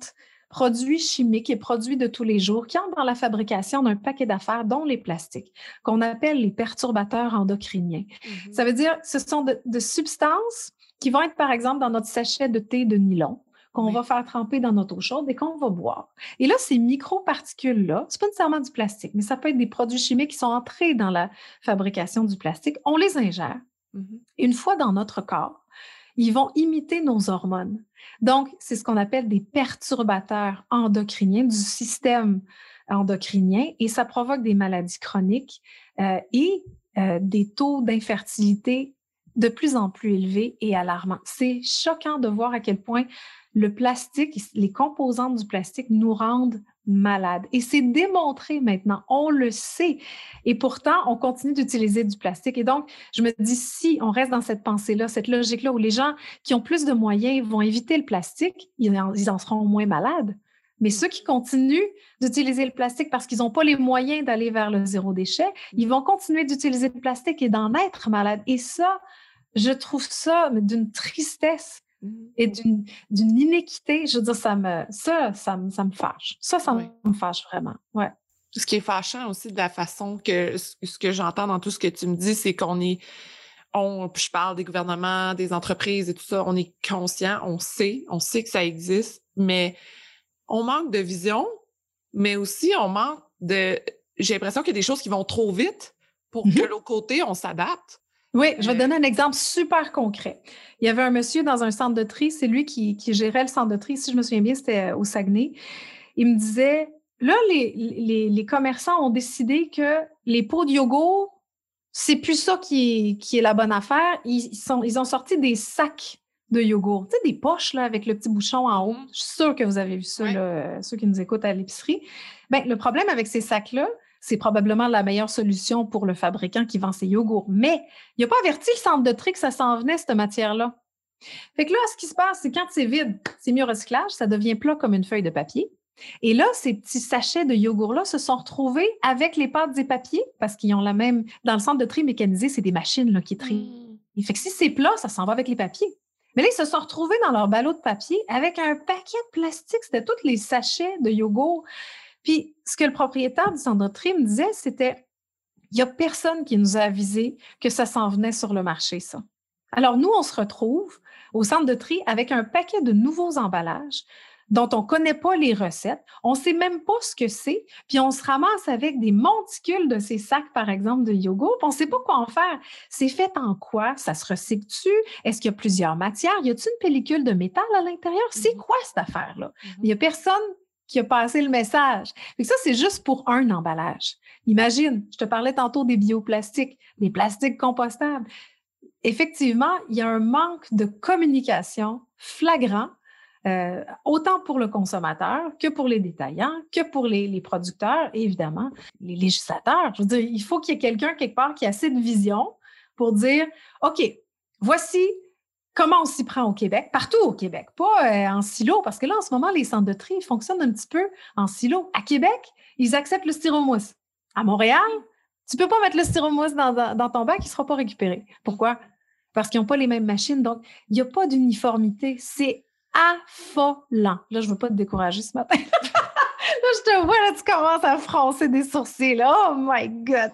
produits chimiques et produits de tous les jours qui entrent dans la fabrication d'un paquet d'affaires, dont les plastiques, qu'on appelle les perturbateurs endocriniens. Mm-hmm. Ça veut dire que ce sont de, de substances qui vont être, par exemple, dans notre sachet de thé de nylon, qu'on oui. va faire tremper dans notre eau chaude et qu'on va boire. Et là, ces microparticules-là, c'est pas nécessairement du plastique, mais ça peut être des produits chimiques qui sont entrés dans la fabrication du plastique. On les ingère. Mm-hmm. Une fois dans notre corps, ils vont imiter nos hormones. Donc, c'est ce qu'on appelle des perturbateurs endocriniens du système endocrinien et ça provoque des maladies chroniques euh, et euh, des taux d'infertilité de plus en plus élevés et alarmants. C'est choquant de voir à quel point le plastique, les composantes du plastique nous rendent malades. Et c'est démontré maintenant, on le sait. Et pourtant, on continue d'utiliser du plastique. Et donc, je me dis, si on reste dans cette pensée-là, cette logique-là, où les gens qui ont plus de moyens vont éviter le plastique, ils en, ils en seront moins malades. Mais ceux qui continuent d'utiliser le plastique parce qu'ils n'ont pas les moyens d'aller vers le zéro déchet, ils vont continuer d'utiliser le plastique et d'en être malades. Et ça, je trouve ça d'une tristesse et d'une, d'une inéquité. Je veux dire, ça me, ça, ça me, ça me fâche. Ça, ça oui. me fâche vraiment. Ouais. Ce qui est fâchant aussi de la façon que, ce que j'entends dans tout ce que tu me dis, c'est qu'on est, on, puis je parle des gouvernements, des entreprises et tout ça, on est conscient, on sait, on sait que ça existe, mais on manque de vision, mais aussi on manque de, j'ai l'impression qu'il y a des choses qui vont trop vite pour mm-hmm. que l'autre côté, on s'adapte. Oui, je vais te donner un exemple super concret. Il y avait un monsieur dans un centre de tri, c'est lui qui, qui gérait le centre de tri, si je me souviens bien, c'était au Saguenay. Il me disait, là, les, les, les commerçants ont décidé que les pots de yogourt, c'est plus ça qui est, qui est la bonne affaire. Ils, sont, ils ont sorti des sacs de yogourt, tu sais, des poches là, avec le petit bouchon en haut. Je suis sûre que vous avez vu ça, oui. là, ceux qui nous écoutent à l'épicerie. Bien, le problème avec ces sacs-là, c'est probablement la meilleure solution pour le fabricant qui vend ses yogourts. Mais il n'a pas averti le centre de tri que ça s'en venait, cette matière-là. Fait que là, ce qui se passe, c'est quand c'est vide, c'est mis au recyclage, ça devient plat comme une feuille de papier. Et là, ces petits sachets de yogourt-là se sont retrouvés avec les pâtes et papiers parce qu'ils ont la même... Dans le centre de tri mécanisé, c'est des machines là, qui trient. Mmh. Fait que si c'est plat, ça s'en va avec les papiers. Mais là, ils se sont retrouvés dans leur ballot de papier avec un paquet de plastique. C'était tous les sachets de yogourt. Puis, ce que le propriétaire du centre de tri me disait, c'était il n'y a personne qui nous a avisé que ça s'en venait sur le marché, ça. Alors, nous, on se retrouve au centre de tri avec un paquet de nouveaux emballages dont on ne connaît pas les recettes, on ne sait même pas ce que c'est, puis on se ramasse avec des monticules de ces sacs, par exemple, de yogourt, puis on ne sait pas quoi en faire. C'est fait en quoi? Ça se recycle-tu? Est-ce qu'il y a plusieurs matières? Y a-t-il une pellicule de métal à l'intérieur? C'est quoi cette affaire-là? Il n'y a personne qui a passé le message. Fait que ça, c'est juste pour un emballage. Imagine, je te parlais tantôt des bioplastiques, des plastiques compostables. Effectivement, il y a un manque de communication flagrant, euh, autant pour le consommateur que pour les détaillants, que pour les, les producteurs et évidemment les législateurs. Je veux dire, il faut qu'il y ait quelqu'un quelque part qui a assez de vision pour dire, OK, voici comment on s'y prend au Québec, partout au Québec, pas euh, en silo, parce que là, en ce moment, les centres de tri fonctionnent un petit peu en silo. À Québec, ils acceptent le styromousse. À Montréal, tu peux pas mettre le styromousse dans, dans, dans ton bac, il ne sera pas récupéré. Pourquoi? Parce qu'ils n'ont pas les mêmes machines, donc il n'y a pas d'uniformité. C'est affolant. Là, je ne veux pas te décourager ce matin. Là, je te vois, là, tu commences à froncer des sourcils. Là. Oh my God!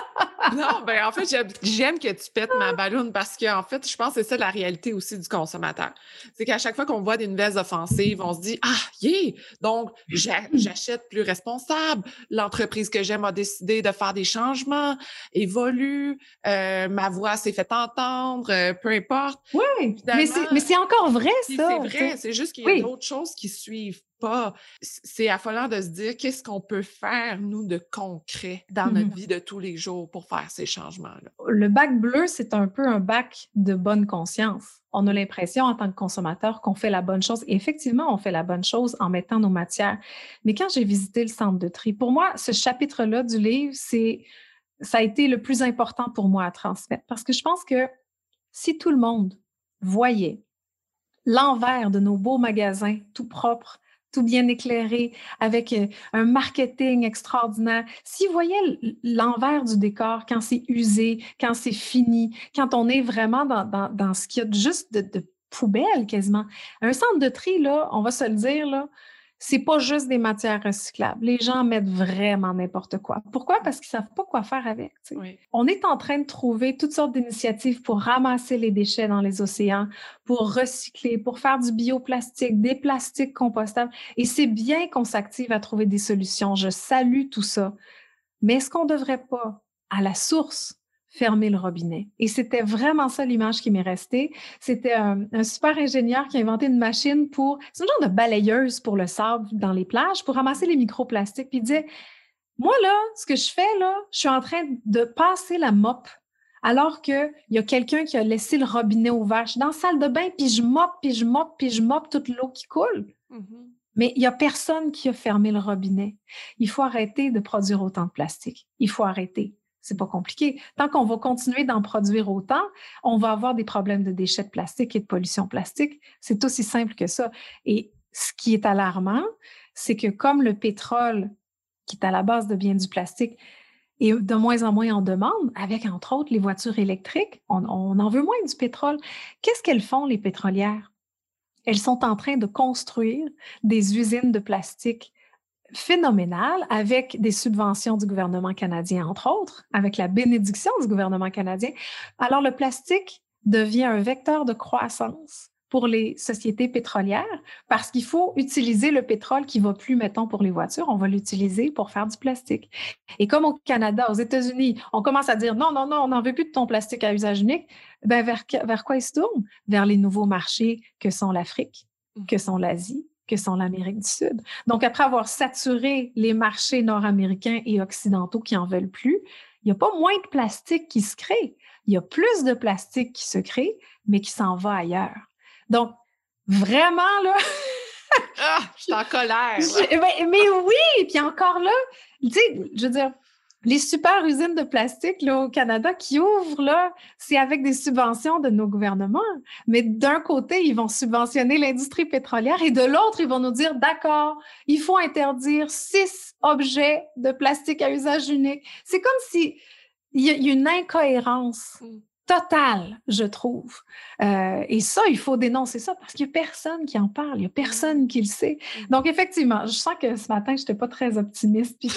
Non, ben en fait, j'aime, j'aime que tu pètes ma balloune parce qu'en fait, je pense que c'est ça la réalité aussi du consommateur. C'est qu'à chaque fois qu'on voit des nouvelles offensives, on se dit « Ah, yeah! Donc, j'a- j'achète plus responsable. L'entreprise que j'aime a décidé de faire des changements, évolue, euh, ma voix s'est fait entendre, euh, peu importe. » Oui, mais c'est, mais c'est encore vrai, ça. C'est vrai, c'est, c'est juste qu'il y a oui. d'autres choses qui suivent pas. C'est affolant de se dire qu'est-ce qu'on peut faire, nous, de concret dans mm-hmm. notre vie de tous les jours pour faire ces changements-là. Le bac bleu, c'est un peu un bac de bonne conscience. On a l'impression, en tant que consommateur, qu'on fait la bonne chose. Et effectivement, on fait la bonne chose en mettant nos matières. Mais quand j'ai visité le centre de tri, pour moi, ce chapitre-là du livre, c'est, ça a été le plus important pour moi à transmettre. Parce que je pense que si tout le monde voyait l'envers de nos beaux magasins tout propres, tout bien éclairé, avec un marketing extraordinaire. S'ils voyaient l'envers du décor quand c'est usé, quand c'est fini, quand on est vraiment dans, dans, dans ce qu'il y a de juste de, de poubelle quasiment. Un centre de tri, là, on va se le dire, là, c'est pas juste des matières recyclables. Les gens mettent vraiment n'importe quoi. Pourquoi? Parce qu'ils savent pas quoi faire avec. Oui. On est en train de trouver toutes sortes d'initiatives pour ramasser les déchets dans les océans, pour recycler, pour faire du bioplastique, des plastiques compostables. Et c'est bien qu'on s'active à trouver des solutions. Je salue tout ça. Mais est-ce qu'on ne devrait pas, à la source, fermer le robinet? Et c'était vraiment ça l'image qui m'est restée. C'était un, un super ingénieur qui a inventé une machine pour... C'est un genre de balayeuse pour le sable dans les plages pour ramasser les microplastiques. Puis il disait, moi là, ce que je fais là, je suis en train de passer la mop alors qu'il y a quelqu'un qui a laissé le robinet ouvert. Je suis dans la salle de bain, puis je mop, puis je mop, puis je mop toute l'eau qui coule. Mm-hmm. Mais il n'y a personne qui a fermé le robinet. Il faut arrêter de produire autant de plastique. Il faut arrêter. C'est pas compliqué. Tant qu'on va continuer d'en produire autant, on va avoir des problèmes de déchets de plastique et de pollution plastique. C'est aussi simple que ça. Et ce qui est alarmant, c'est que comme le pétrole, qui est à la base de bien du plastique, est de moins en moins en demande, avec entre autres les voitures électriques, on, on en veut moins du pétrole. Qu'est-ce qu'elles font, les pétrolières? Elles sont en train de construire des usines de plastique phénoménales avec des subventions du gouvernement canadien, entre autres, avec la bénédiction du gouvernement canadien. Alors, le plastique devient un vecteur de croissance pour les sociétés pétrolières parce qu'il faut utiliser le pétrole qui ne va plus, mettons, pour les voitures, on va l'utiliser pour faire du plastique. Et comme au Canada, aux États-Unis, on commence à dire non, non, non, on n'en veut plus de ton plastique à usage unique, ben vers, vers quoi ils se tournent? Vers les nouveaux marchés que sont l'Afrique, que sont l'Asie, que sont l'Amérique du Sud. Donc, après avoir saturé les marchés nord-américains et occidentaux qui n'en veulent plus, il n'y a pas moins de plastique qui se crée. Il y a plus de plastique qui se crée, mais qui s'en va ailleurs. Donc, vraiment, là... ah, je suis en colère! Je, mais, mais oui! Puis encore là, tu sais, je veux dire, les super usines de plastique là, au Canada qui ouvrent, là, c'est avec des subventions de nos gouvernements. Mais d'un côté, ils vont subventionner l'industrie pétrolière et de l'autre, ils vont nous dire, d'accord, il faut interdire six objets de plastique à usage unique. C'est comme si il y, y a une incohérence totale, je trouve. Euh, et ça, il faut dénoncer ça parce qu'il n'y a personne qui en parle, il n'y a personne qui le sait. Donc, effectivement, je sens que ce matin, je n'étais pas très optimiste. Puis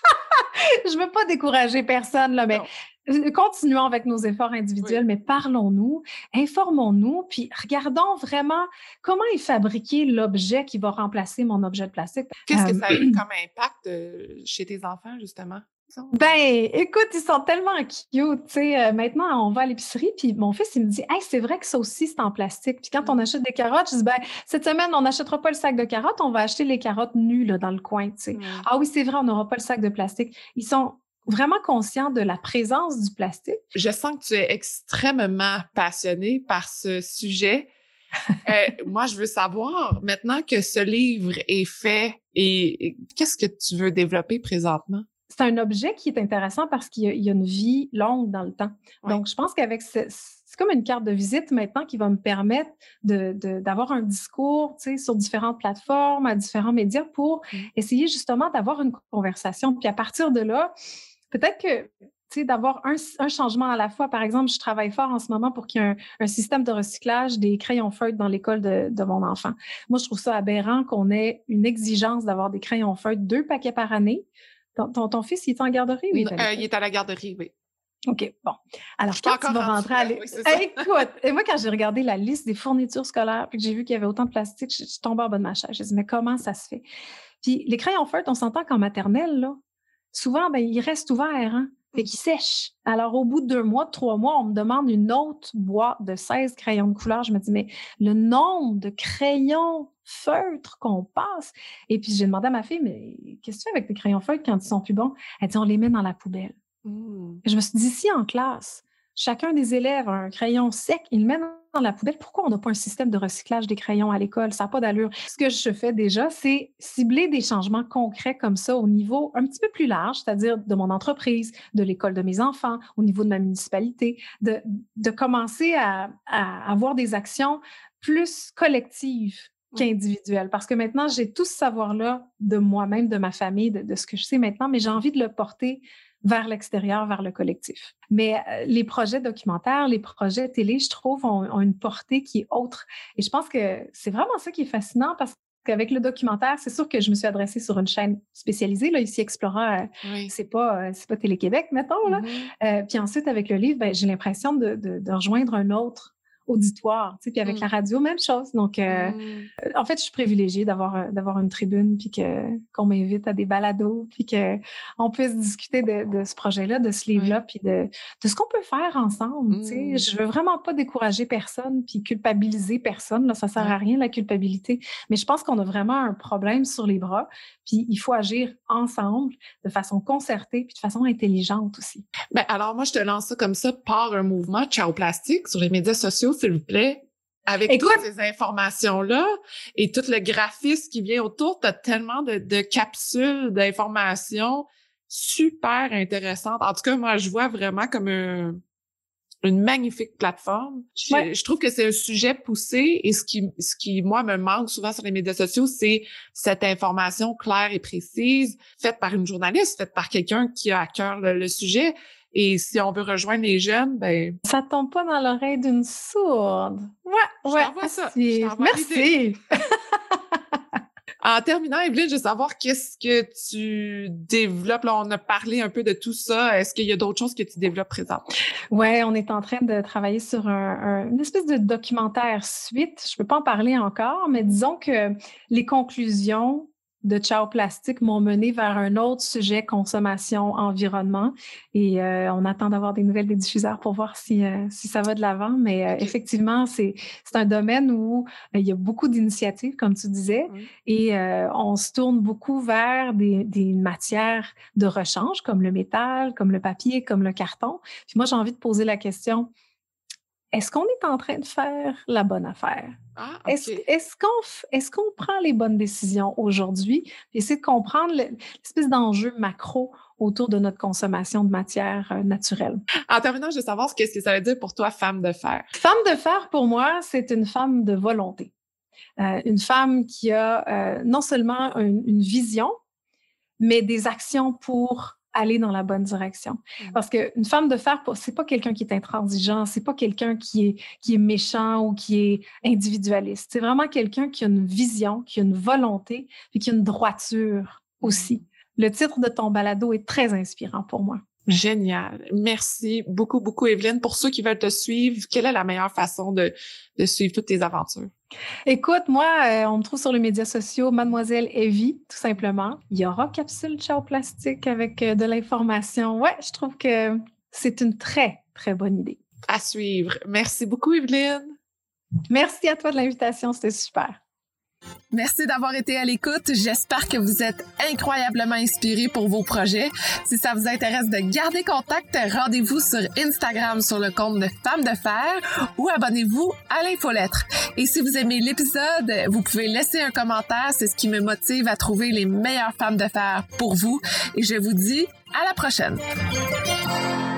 je ne veux pas décourager personne, là, mais non. Continuons avec nos efforts individuels, oui. Mais parlons-nous, informons-nous, puis regardons vraiment comment est fabriqué l'objet qui va remplacer mon objet de plastique. Qu'est-ce euh, que ça a eu comme impact chez tes enfants, justement? Ben, écoute, ils sont tellement cute, tu sais. Euh, maintenant, on va à l'épicerie, puis mon fils, il me dit « Hey, c'est vrai que ça aussi, c'est en plastique. » Puis quand on achète des carottes, je dis « Ben, cette semaine, on n'achètera pas le sac de carottes, on va acheter les carottes nues, là, dans le coin, tu sais. Mm. » Ah oui, c'est vrai, on n'aura pas le sac de plastique. Ils sont vraiment conscients de la présence du plastique. Je sens que tu es extrêmement passionnée par ce sujet. euh, moi, je veux savoir, maintenant que ce livre est fait, et, et qu'est-ce que tu veux développer présentement? C'est un objet qui est intéressant parce qu'il y a, il y a une vie longue dans le temps. Oui. Donc, je pense qu'avec ce, c'est comme une carte de visite maintenant qui va me permettre de, de, d'avoir un discours, tu sais, sur différentes plateformes, à différents médias pour mmh. essayer justement d'avoir une conversation. Puis à partir de là, peut-être que, tu sais, d'avoir un, un changement à la fois. Par exemple, je travaille fort en ce moment pour qu'il y ait un, un système de recyclage des crayons feutres dans l'école de, de mon enfant. Moi, je trouve ça aberrant qu'on ait une exigence d'avoir des crayons feutres, deux paquets par année. Ton, ton, ton fils, il est en garderie? Oui, euh, il est à la garderie, oui. OK, bon. Alors, je quand tu vas rentrer à l'école... Oui, écoute, et moi, quand j'ai regardé la liste des fournitures scolaires puis que j'ai vu qu'il y avait autant de plastique, je, je tombais en bas de ma chaise. J'ai dit, mais comment ça se fait? Puis les crayons feutres, on s'entend qu'en maternelle, là, souvent, ben, ils restent ouverts, hein? Fait qu'ils sèchent. Alors, au bout de deux mois, de trois mois, on me demande une autre boîte de seize crayons de couleur. Je me dis, mais le nombre de crayons feutres qu'on passe. Et puis, j'ai demandé à ma fille, mais qu'est-ce que tu fais avec tes crayons feutres quand ils sont plus bons? Elle dit, on les met dans la poubelle. Mmh. Je me suis dit, si en classe, chacun des élèves a un crayon sec, il le met dans la poubelle, pourquoi on n'a pas un système de recyclage des crayons à l'école? Ça n'a pas d'allure. Ce que je fais déjà, c'est cibler des changements concrets comme ça au niveau un petit peu plus large, c'est-à-dire de mon entreprise, de l'école de mes enfants, au niveau de ma municipalité, de, de commencer à, à avoir des actions plus collectives qu'individuelles. Parce que maintenant, j'ai tout ce savoir-là de moi-même, de ma famille, de, de ce que je sais maintenant, mais j'ai envie de le porter vers l'extérieur, vers le collectif. Mais euh, les projets documentaires, les projets télé, je trouve, ont, ont une portée qui est autre. Et je pense que c'est vraiment ça qui est fascinant parce qu'avec le documentaire, c'est sûr que je me suis adressée sur une chaîne spécialisée. Là, ici, Explora, euh, oui. c'est pas, euh, c'est pas Télé-Québec, mettons. Là. Mm-hmm. Euh, puis ensuite, avec le livre, ben, j'ai l'impression de, de, de rejoindre un autre auditoire, tu sais, puis avec mm. la radio, même chose. Donc, euh, mm. en fait, je suis privilégiée d'avoir, d'avoir une tribune, puis que, qu'on m'invite à des balados, puis qu'on puisse discuter de, de ce projet-là, de ce livre-là, oui. puis de, de ce qu'on peut faire ensemble, mm. tu sais. Je veux vraiment pas décourager personne, puis culpabiliser personne, là, ça sert mm. à rien, la culpabilité. Mais je pense qu'on a vraiment un problème sur les bras, puis il faut agir ensemble, de façon concertée, puis de façon intelligente aussi. Ben, alors, moi, je te lance ça comme ça, par un mouvement Ciao Plastique sur les médias sociaux, s'il vous plaît, avec Écoute, toutes ces informations-là et tout le graphisme qui vient autour, tu as tellement de, de capsules d'informations super intéressantes. En tout cas, moi, je vois vraiment comme un, une magnifique plateforme. Je, ouais. je trouve que c'est un sujet poussé et ce qui, ce qui, moi, me manque souvent sur les médias sociaux, c'est cette information claire et précise, faite par une journaliste, faite par quelqu'un qui a à cœur le, le sujet. Et si on veut rejoindre les jeunes, ben... Ça tombe pas dans l'oreille d'une sourde. Ouais, je ouais. t'envoie ça. Je t'envoie Merci. En terminant, Evelyne, je veux savoir qu'est-ce que tu développes. Là, on a parlé un peu de tout ça. Est-ce qu'il y a d'autres choses que tu développes présentement? Oui, on est en train de travailler sur un, un, une espèce de documentaire suite. Je ne peux pas en parler encore, mais disons que les conclusions de Ciao Plastique m'ont mené vers un autre sujet, consommation, environnement. Et euh, on attend d'avoir des nouvelles des diffuseurs pour voir si, euh, si ça va de l'avant. Mais euh, okay. effectivement, c'est, c'est un domaine où euh, il y a beaucoup d'initiatives, comme tu disais, oui. et euh, on se tourne beaucoup vers des, des matières de rechange, comme le métal, comme le papier, comme le carton. Puis moi, j'ai envie de poser la question, est-ce qu'on est en train de faire la bonne affaire? Ah, okay. Est-ce, est-ce, qu'on, est-ce qu'on prend les bonnes décisions aujourd'hui? Puis essayer de comprendre le, l'espèce d'enjeu macro autour de notre consommation de matières euh, naturelles. En terminant, je veux savoir ce que, ce que ça veut dire pour toi, femme de fer. Femme de fer, pour moi, c'est une femme de volonté. Euh, une femme qui a euh, non seulement une, une vision, mais des actions pour aller dans la bonne direction. Mmh. Parce qu'une femme de fer, c'est pas quelqu'un qui est intransigeant, c'est pas quelqu'un qui est, qui est méchant ou qui est individualiste. C'est vraiment quelqu'un qui a une vision, qui a une volonté, puis qui a une droiture aussi. Mmh. Le titre de ton balado est très inspirant pour moi. Génial. Merci beaucoup, beaucoup, Evelyne. Pour ceux qui veulent te suivre, quelle est la meilleure façon de, de suivre toutes tes aventures? Écoute, moi, euh, on me trouve sur les médias sociaux, Mademoiselle Evie, tout simplement. Il y aura Capsule Ciao Plastique avec euh, de l'information. Ouais, je trouve que c'est une très, très bonne idée. À suivre. Merci beaucoup, Evelyne. Merci à toi de l'invitation, c'était super. Merci d'avoir été à l'écoute. J'espère que vous êtes incroyablement inspirés pour vos projets. Si ça vous intéresse de garder contact, rendez-vous sur Instagram sur le compte de Femmes de Fer ou abonnez-vous à l'infolettre. Et si vous aimez l'épisode, vous pouvez laisser un commentaire. C'est ce qui me motive à trouver les meilleures femmes de fer pour vous. Et je vous dis à la prochaine.